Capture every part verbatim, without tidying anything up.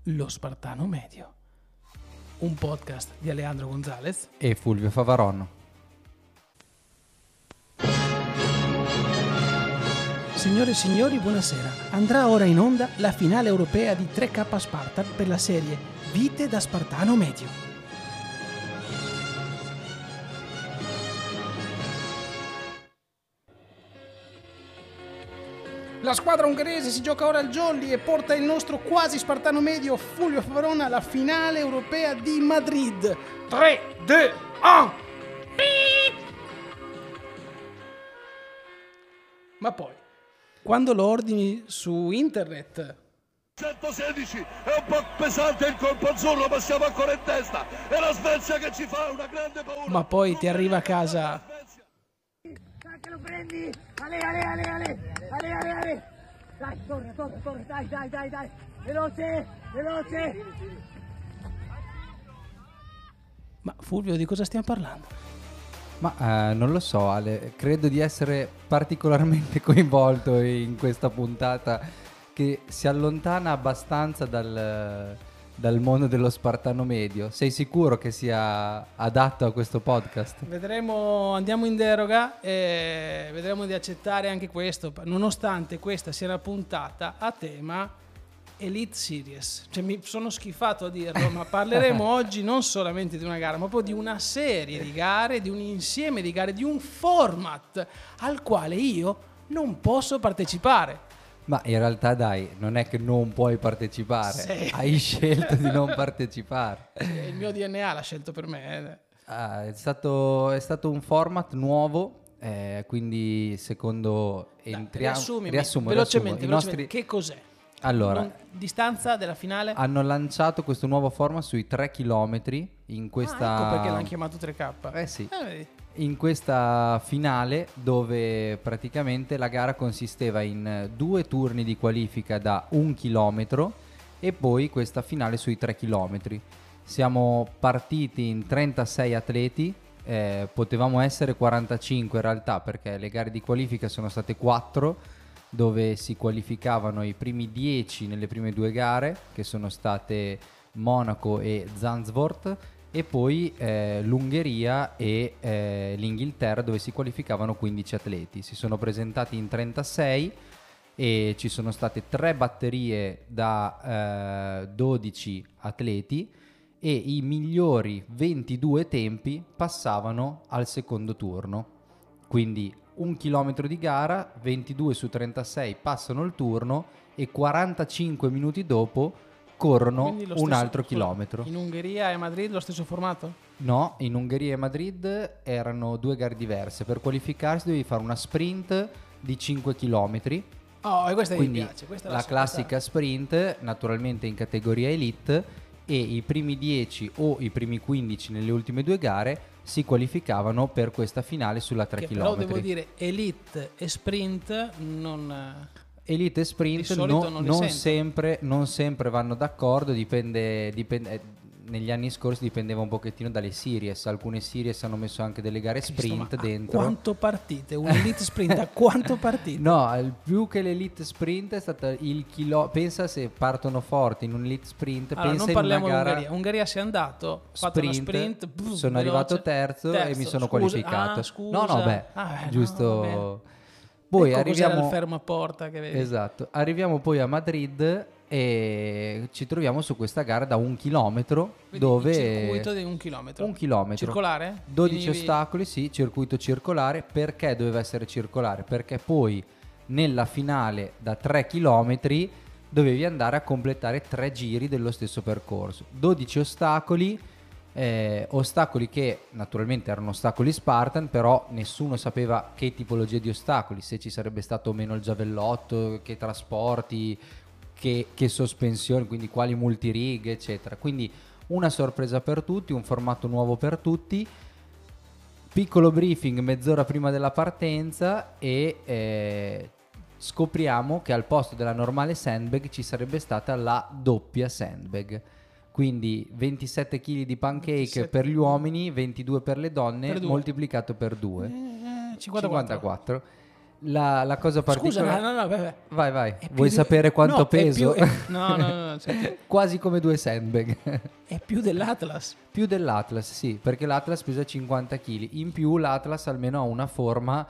Lo Spartano Medio, un podcast di Alejandro Gonzalez e Fulvio Favaron. Signore e signori, buonasera. Andrà ora in onda la finale europea di tre K Spartan per la serie Vite da Spartano Medio. La squadra ungherese si gioca ora il jolly e porta il nostro quasi spartano medio Fulvio Favaron alla finale europea di Madrid. tre, due, uno. Ma poi, quando lo ordini su internet... centosedici è un po' pesante il colpo azzurro, ma siamo ancora in testa. È la Svezia che ci fa una grande paura. Ma poi ti arriva a casa... Dai che lo prendi! Ale, ale, ale, ale! Ale, ale, ale! Dai, corre, corre, corre, dai, dai, dai, dai! Veloce, veloce! Ma Fulvio, di cosa stiamo parlando? Ma eh, non lo so, Ale, credo di essere particolarmente coinvolto in questa puntata che si allontana abbastanza dal, dal mondo dello spartano medio. Sei sicuro che sia adatto a questo podcast? Vedremo, andiamo in deroga e vedremo di accettare anche questo, nonostante questa sia una puntata a tema Elite Series. Cioè, mi sono schifato a dirlo, ma parleremo oggi non solamente di una gara, ma proprio di una serie di gare, di un insieme di gare, di un format al quale io non posso partecipare. Ma in realtà dai, non è che non puoi partecipare, Sì. Hai scelto di non partecipare. Il mio D N A l'ha scelto per me. eh. Ah, è stato, è stato un format nuovo, eh, quindi secondo... Dai, entriamo- riassumimi, riassumo, velocemente, riassumo. I velocemente, nostri- che cos'è? Allora, Non- distanza della finale? hanno lanciato questo nuovo format sui tre chilometri in questa... Ah, ecco perché l'hanno chiamato tre K. Eh sì. Eh, vedi. In questa finale dove praticamente la gara consisteva in due turni di qualifica da un chilometro e poi questa finale sui tre chilometri. Siamo partiti in trentasei atleti, eh, potevamo essere quarantacinque in realtà perché le gare di qualifica sono state quattro, dove si qualificavano i primi dieci nelle prime due gare che sono state Monaco e Zandvoort, e poi eh, l'Ungheria e eh, l'Inghilterra dove si qualificavano quindici atleti. Si sono presentati in trentasei e ci sono state tre batterie da eh, dodici atleti e i migliori ventidue tempi passavano al secondo turno. Quindi un chilometro di gara, ventidue su trentasei passano il turno e quarantacinque minuti dopo corrono Quindi lo un stesso- altro scusa, chilometro. In Ungheria e Madrid lo stesso formato? No, in Ungheria e Madrid erano due gare diverse. Per qualificarsi dovevi fare una sprint di cinque chilometri. Oh, e questa Quindi mi piace. Questa la so- classica sprint, naturalmente in categoria elite, e i primi dieci o i primi quindici nelle ultime due gare si qualificavano per questa finale sulla tre che però chilometri. devo dire elite e sprint non... Elite e Di sprint solito no- non li non, sento. sempre, non sempre vanno d'accordo, dipende, dipende- eh, negli anni scorsi dipendeva un pochettino dalle series, alcune series hanno messo anche delle gare sprint Cristo, ma a dentro. quanto partite? Un elite sprint a quanto partite? No, il più che l'elite sprint è stata il chilo. Pensa se partono forti in un elite sprint, Allora, pensa non in una parliamo gara Ungheria. Ungheria sei andato, ho fatto una sprint, sprint, bzz, sono veloce. arrivato terzo, e mi sono scusa. qualificato. Ah, scusa. No, no, beh, Ah, beh, no, giusto. va bene. Poi Ecco cos'era arriviamo il fermo a porta che vedi. Esatto, arriviamo poi a Madrid e ci troviamo su questa gara da un chilometro. Quindi dove il circuito di un chilometro. un chilometro Circolare? dodici Finivi- ostacoli, sì, circuito circolare. Perché doveva essere circolare? Perché poi nella finale da tre chilometri dovevi andare a completare tre giri dello stesso percorso, dodici ostacoli. Eh, ostacoli che naturalmente erano ostacoli Spartan, però nessuno sapeva che tipologia di ostacoli, se ci sarebbe stato o meno il giavellotto, che trasporti, che, che sospensioni, quindi quali multirighe eccetera. Quindi una sorpresa per tutti, un formato nuovo per tutti. Piccolo briefing mezz'ora prima della partenza e eh, scopriamo che al posto della normale sandbag ci sarebbe stata la doppia sandbag. Quindi ventisette chili di pancake ventisette per gli uomini, ventidue per le donne, Per due. moltiplicato per due. Eh, cinquantaquattro. cinquantaquattro. La, la cosa Scusa, particolare... no, no, no, vabbè. Vai, vai. È più Vuoi di- sapere quanto no, è peso? più- è- no, no, no, no, cioè, Quasi come due sandbag. è più dell'Atlas. Più dell'Atlas, sì, perché l'Atlas pesa cinquanta chili. In più l'Atlas almeno ha una forma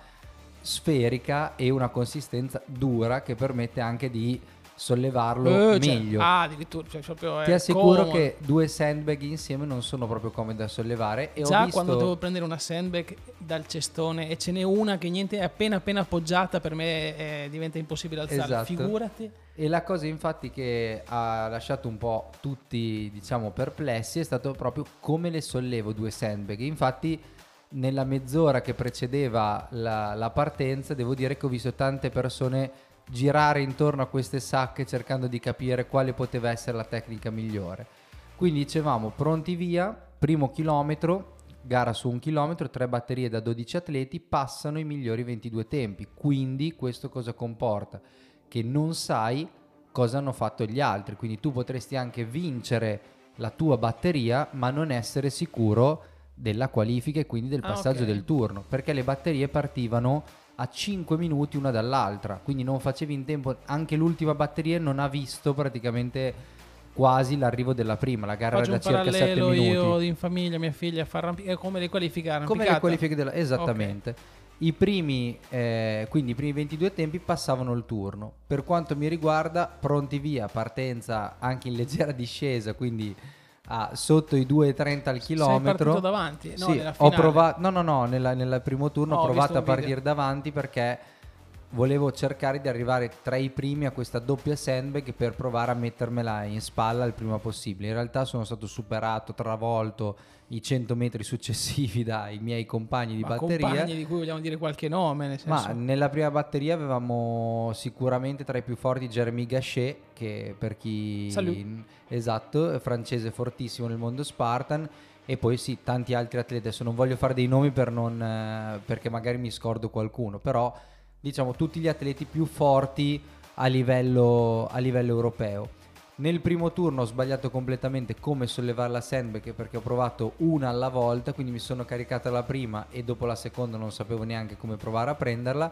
sferica e una consistenza dura che permette anche di sollevarlo Eh, cioè, meglio. ah, addirittura, cioè, proprio è Ti assicuro comodo. che due sandbag insieme non sono proprio comodi da sollevare. E Già ho visto... quando devo prendere una sandbag dal cestone e ce n'è una che niente è appena appena appoggiata, per me eh, diventa impossibile alzarla. Esatto. Figurati. E la cosa infatti che ha lasciato un po' tutti, diciamo, perplessi è stato proprio come le sollevo due sandbag. Infatti nella mezz'ora che precedeva la, la partenza devo dire che ho visto tante persone girare intorno a queste sacche cercando di capire quale poteva essere la tecnica migliore. Quindi dicevamo pronti via, primo chilometro, gara su un chilometro, tre batterie da dodici atleti, passano i migliori ventidue tempi. Quindi questo cosa comporta? Che non sai cosa hanno fatto gli altri, quindi tu potresti anche vincere la tua batteria ma non essere sicuro della qualifica e quindi del Ah, passaggio ok. del turno, perché le batterie partivano a cinque minuti una dall'altra, quindi non facevi in tempo, anche l'ultima batteria non ha visto praticamente quasi l'arrivo della prima, la gara Faccio era un da circa sette parallelo io minuti. in famiglia, mia figlia fa arrampi- è come le qualifiche Come le arrampicata. qualifiche della... Esattamente. I primi, eh, quindi i primi ventidue tempi passavano il turno. Per quanto mi riguarda, pronti via, partenza anche in leggera discesa, quindi a sotto i due e trenta al Sei chilometro. partito davanti? No, Sì, nella ho finale. provato, no, no, no, nella- nel primo turno Oh, ho ho provato visto a un video. partire davanti perché volevo cercare di arrivare tra i primi a questa doppia sandbag per provare a mettermela in spalla il prima possibile. In realtà sono stato superato, travolto i cento metri successivi dai miei compagni di Ma batteria. compagni di cui vogliamo dire qualche nome, nel senso... Ma nella prima batteria avevamo sicuramente tra i più forti Jeremy Gachet, che per chi... Salut. Esatto, è francese fortissimo nel mondo Spartan, e poi sì, tanti altri atleti. Adesso non voglio fare dei nomi per non, eh, perché magari mi scordo qualcuno, però diciamo tutti gli atleti più forti a livello, a livello europeo. Nel primo turno ho sbagliato completamente come sollevare la sandbag perché ho provato una alla volta, quindi mi sono caricata la prima e dopo la seconda non sapevo neanche come provare a prenderla,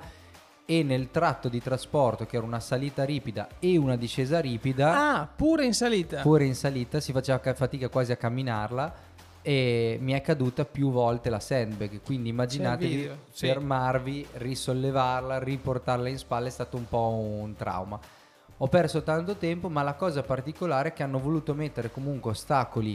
e nel tratto di trasporto, che era una salita ripida e una discesa ripida, Ah, pure in salita. pure in salita, si faceva ca- fatica quasi a camminarla e mi è caduta più volte la sandbag, quindi immaginatevi video, sì. fermarvi, risollevarla, riportarla in spalla, è stato un po' un trauma. Ho perso tanto tempo, ma la cosa particolare è che hanno voluto mettere comunque ostacoli,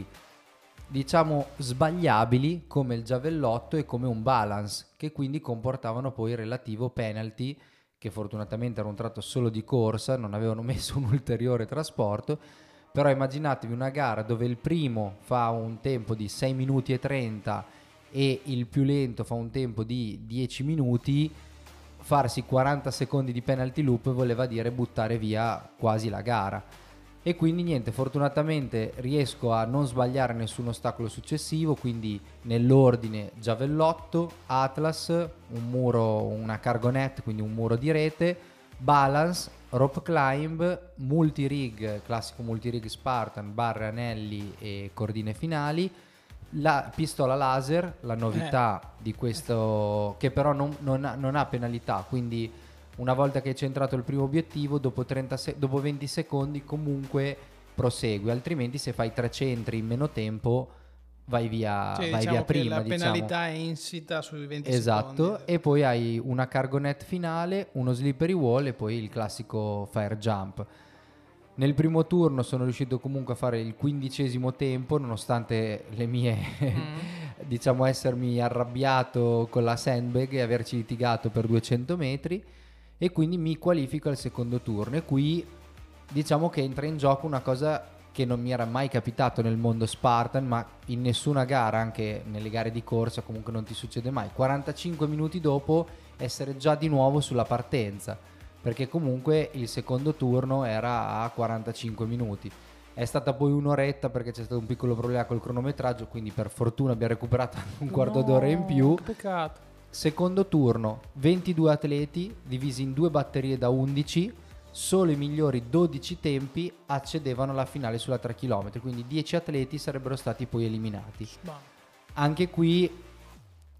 diciamo, sbagliabili come il giavellotto e come un balance, che quindi comportavano poi il relativo penalty, che fortunatamente era un tratto solo di corsa, non avevano messo un ulteriore trasporto. Però immaginatevi una gara dove il primo fa un tempo di sei minuti e trenta e il più lento fa un tempo di dieci minuti, farsi quaranta secondi di penalty loop voleva dire buttare via quasi la gara. E quindi niente, fortunatamente riesco a non sbagliare nessun ostacolo successivo, quindi nell'ordine giavellotto, Atlas, un muro, una cargo net, quindi un muro di rete, balance, rope climb, multi-rig, classico multi-rig Spartan, barre, anelli e cordine finali, la pistola laser, la novità Eh. di questo, che però non, non ha, non ha penalità, quindi una volta che hai centrato il primo obiettivo, dopo, trenta se- dopo venti secondi comunque prosegui, altrimenti se fai tre centri in meno tempo vai via, Sì, vai diciamo via che prima. la diciamo. penalità è insita sui venti Esatto, secondi. e poi hai una cargo net finale, uno slippery wall e poi il classico fire jump. Nel primo turno sono riuscito comunque a fare il quindicesimo tempo, nonostante le mie, diciamo, essermi arrabbiato con la sandbag e averci litigato per duecento metri, e quindi mi qualifico al secondo turno. E qui diciamo che entra in gioco una cosa che non mi era mai capitato nel mondo Spartan, ma in nessuna gara, anche nelle gare di corsa comunque non ti succede mai, quarantacinque minuti dopo essere già di nuovo sulla partenza, perché comunque il secondo turno era a quarantacinque minuti. È stata poi un'oretta perché c'è stato un piccolo problema col cronometraggio, quindi per fortuna abbiamo recuperato un quarto No, d'ora in più. che peccato. Secondo turno, ventidue atleti divisi in due batterie da undici, solo i migliori dodici tempi accedevano alla finale sulla tre chilometri, quindi dieci atleti sarebbero stati poi eliminati. Ma Anche qui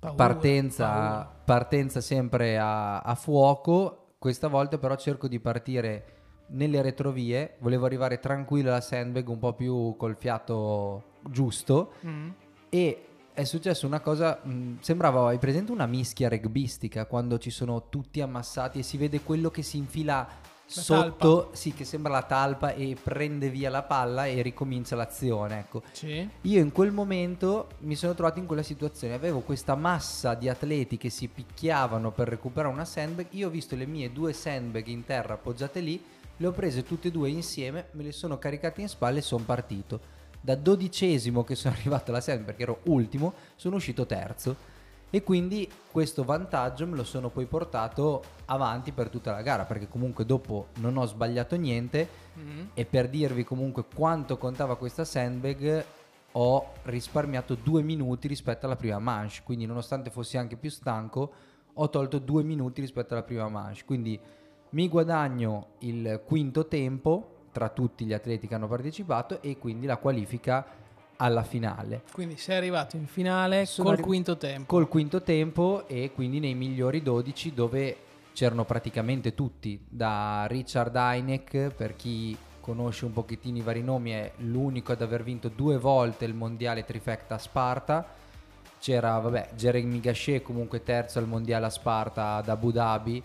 Paura, partenza, paura. partenza sempre a, a fuoco. Questa volta però cerco di partire nelle retrovie, volevo arrivare tranquillo alla sandbag, un po' più col fiato giusto, Mm. e è successa una cosa, mh, sembrava, hai presente una mischia rugbistica quando ci sono tutti ammassati e si vede quello che si infila sotto, talpa. sì, che sembra la talpa e prende via la palla e ricomincia l'azione, ecco. Sì. Io in quel momento mi sono trovato in quella situazione, avevo questa massa di atleti che si picchiavano per recuperare una sandbag, io ho visto le mie due sandbag in terra appoggiate lì, le ho prese tutte e due insieme, me le sono caricate in spalle e sono partito. Da dodicesimo che sono arrivato alla sandbag, perché ero ultimo, sono uscito terzo, e quindi questo vantaggio me lo sono poi portato avanti per tutta la gara, perché comunque dopo non ho sbagliato niente. Mm. E per dirvi comunque quanto contava questa sandbag, ho risparmiato due minuti rispetto alla prima manche, quindi nonostante fossi anche più stanco ho tolto due minuti rispetto alla prima manche, quindi mi guadagno il quinto tempo tra tutti gli atleti che hanno partecipato e quindi la qualifica alla finale. Quindi sei arrivato in finale Sono col arri- quinto tempo. Col quinto tempo e quindi nei migliori dodici, dove c'erano praticamente tutti, da Richard Heineck, per chi conosce un pochettino i vari nomi è l'unico ad aver vinto due volte il mondiale trifecta a Sparta, c'era vabbè Jeremy Gachet, comunque terzo al mondiale a Sparta ad Abu Dhabi,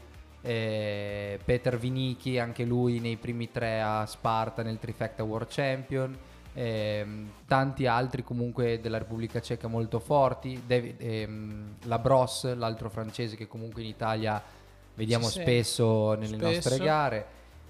eh, Peter Vinicki anche lui nei primi tre a Sparta nel trifecta World Champion, ehm, tanti altri comunque della Repubblica Ceca molto forti, David, ehm, Labrosse, l'altro francese che comunque in Italia vediamo Sì, sì. spesso nelle Spesso. nostre gare,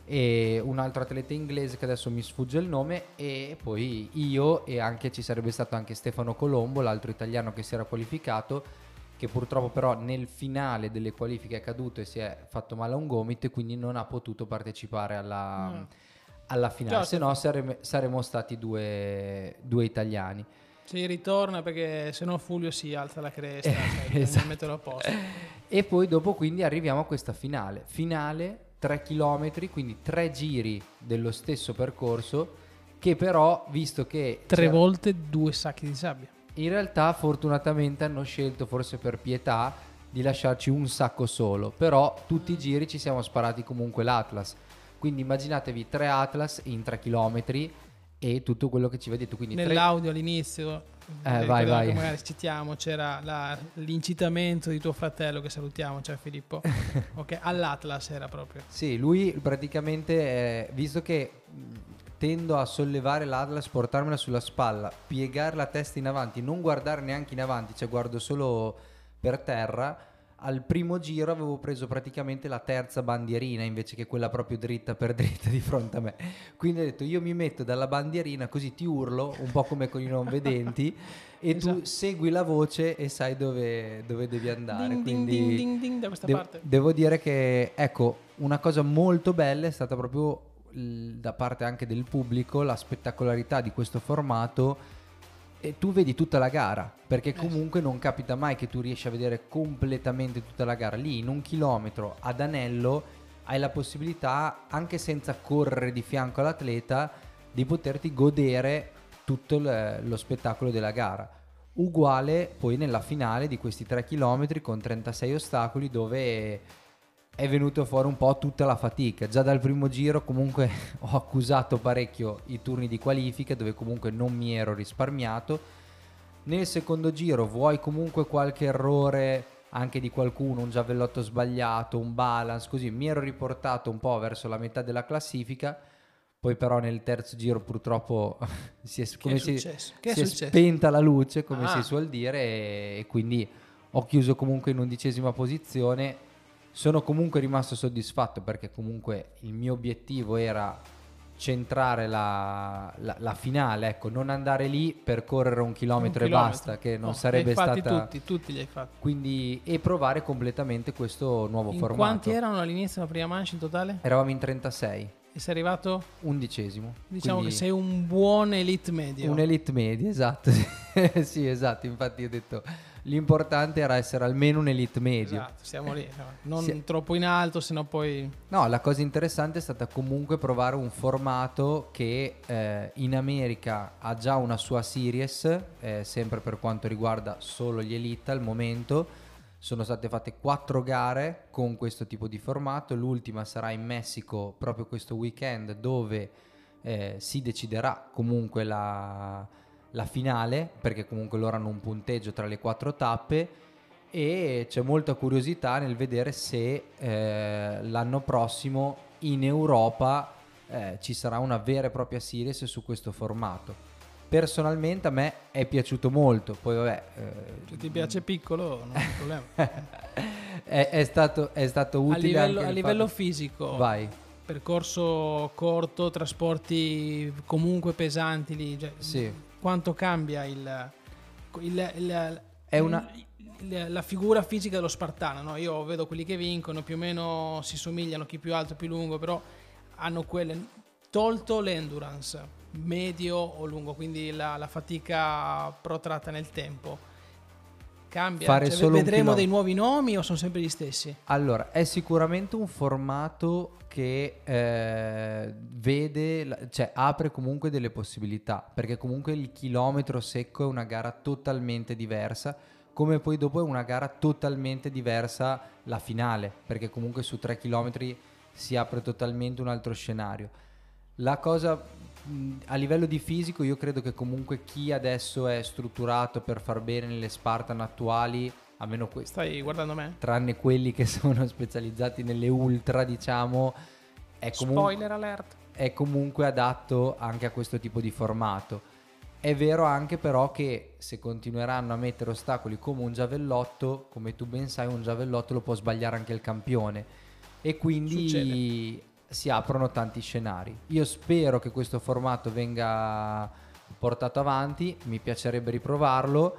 e un altro atleta inglese che adesso mi sfugge il nome, e poi io, e anche ci sarebbe stato anche Stefano Colombo, l'altro italiano che si era qualificato, che purtroppo però nel finale delle qualifiche è caduto e si è fatto male a un gomito e quindi non ha potuto partecipare alla, No. alla finale, Ciao, se no saremmo, saremmo stati due, due italiani. Sì, ritorna perché sennò Fulvio si alza la cresta, cioè, bisogna Esatto. metterlo a posto. E poi dopo quindi arriviamo a questa finale, finale tre chilometri, quindi tre giri dello stesso percorso, che però visto che Tre c'era- volte due sacchi di sabbia. in realtà fortunatamente hanno scelto, forse per pietà, di lasciarci un sacco solo, però tutti i giri ci siamo sparati comunque l'Atlas, quindi immaginatevi tre Atlas in tre chilometri e tutto quello che ci va detto, quindi tre- Nell'audio all'inizio, Eh, eh, vai, ricordiamo vai. che magari citiamo, c'era la- l'incitamento di tuo fratello, che salutiamo, cioè Filippo, ok, all'Atlas era proprio. Sì, lui praticamente, eh, visto che mh, tendo a sollevare l'Atlas, portarmela sulla spalla, piegare la testa in avanti, non guardare neanche in avanti, cioè guardo solo per terra, al primo giro avevo preso praticamente la terza bandierina invece che quella proprio dritta per dritta di fronte a me. Quindi ho detto io mi metto dalla bandierina così ti urlo, un po' come con i non vedenti, e tu Esatto. segui la voce e sai dove, dove devi andare. Ding, ding, Quindi ding, ding, ding, da questa de- parte. devo dire che, ecco, una cosa molto bella è stata proprio l- da parte anche del pubblico, la spettacolarità di questo formato, e tu vedi tutta la gara, perché comunque non capita mai che tu riesci a vedere completamente tutta la gara. Lì in un chilometro ad anello hai la possibilità, anche senza correre di fianco all'atleta, di poterti godere tutto l- lo spettacolo della gara. Uguale poi nella finale di questi tre chilometri con trentasei ostacoli, dove è venuto fuori un po' tutta la fatica. Già dal primo giro comunque ho accusato parecchio i turni di qualifica, dove comunque non mi ero risparmiato. Nel secondo giro vuoi comunque qualche errore anche di qualcuno, un giavellotto sbagliato, un balance, così mi ero riportato un po' verso la metà della classifica. Poi però nel terzo giro purtroppo si è, come è si, successo? Che è si è successo? spenta la luce, come Ah. si suol dire, e, e quindi ho chiuso comunque in undicesima posizione. Sono comunque rimasto soddisfatto, perché comunque il mio obiettivo era centrare la, la, la finale, ecco, non andare lì per correre un chilometro, Un e chilometro. basta, che non No, sarebbe li hai fatti stata tutti, tutti li hai fatti. quindi, e provare completamente questo nuovo In formato. quanti erano all'inizio la prima manche in totale? Eravamo in trentasei. E sei arrivato? Undicesimo. Diciamo Quindi che sei un buon elite medio. un elite medio, esatto. Sì, esatto. Infatti ho detto l'importante era essere almeno un elite medio. Esatto, siamo lì. No, non Sì. troppo in alto, sennò poi... No, la cosa interessante è stata comunque provare un formato che eh, in America ha già una sua series, eh, sempre per quanto riguarda solo gli elite al momento. Sono state fatte quattro gare con questo tipo di formato, l'ultima sarà in Messico proprio questo weekend, dove eh, si deciderà comunque la, la finale, perché comunque loro hanno un punteggio tra le quattro tappe, e c'è molta curiosità nel vedere se eh, l'anno prossimo in Europa eh, ci sarà una vera e propria series su questo formato. Personalmente a me è piaciuto molto, poi vabbè... eh, Se ti piace piccolo, non c'è problema. è, è, stato, è stato A utile livello, anche a il livello fatto- fisico, Vai. percorso corto, trasporti comunque pesanti lì, cioè, Sì. quanto cambia il, il- il- È una- il- la figura fisica dello spartano, no? Io vedo quelli che vincono, più o meno si somigliano, chi più alto, più lungo, però hanno quelle, tolto l'endurance medio o lungo, quindi la, la fatica protratta nel tempo cambia. Fare Cioè, solo un vedremo dei chilo- nuovi nomi o sono sempre gli stessi? Allora, è sicuramente un formato che eh, vede, la- cioè apre comunque delle possibilità, perché comunque il chilometro secco è una gara totalmente diversa, come poi dopo è una gara totalmente diversa la finale, perché comunque su tre chilometri si apre totalmente un altro scenario. La cosa mh, a livello di fisico, io credo che comunque chi adesso è strutturato per far bene nelle Spartan attuali, almeno questo, Stai guardando me? tranne quelli che sono specializzati nelle ultra, diciamo, è comunque, Spoiler alert. è comunque adatto anche a questo tipo di formato. È vero anche però che se continueranno a mettere ostacoli come un giavellotto, come tu ben sai, un giavellotto lo può sbagliare anche il campione, e quindi Succede. si aprono tanti scenari. Io spero che questo formato venga portato avanti, mi piacerebbe riprovarlo,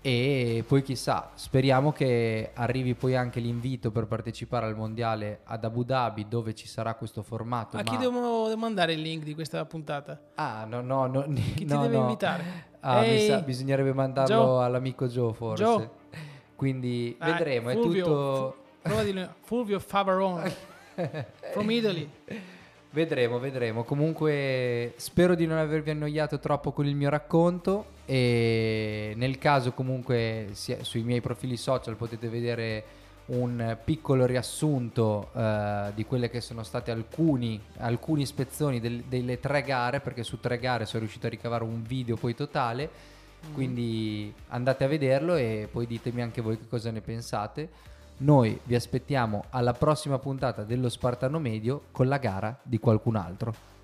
e poi chissà, speriamo che arrivi poi anche l'invito per partecipare al mondiale ad Abu Dhabi, dove ci sarà questo formato. A chi ma- devo devo mandare il link di questa puntata? Ah, no, no, no, ni- Chi ti no, deve no. invitare? Ah, mi Ehi, sa, bisognerebbe mandarlo Joe. all'amico Joe, forse. Joe. Quindi Dai, vedremo, Fulvio, è tutto... Fu- prova di dire, Fulvio Favarone from Italy. Vedremo, vedremo. Comunque spero di non avervi annoiato troppo con il mio racconto, e nel caso comunque sia- sui miei profili social potete vedere un piccolo riassunto eh, di quelle che sono state alcuni, alcuni spezzoni del- delle tre gare, perché su tre gare sono riuscito a ricavare un video poi totale, quindi andate a vederlo e poi ditemi anche voi che cosa ne pensate. Noi vi aspettiamo alla prossima puntata dello Spartano Medio con la gara di qualcun altro.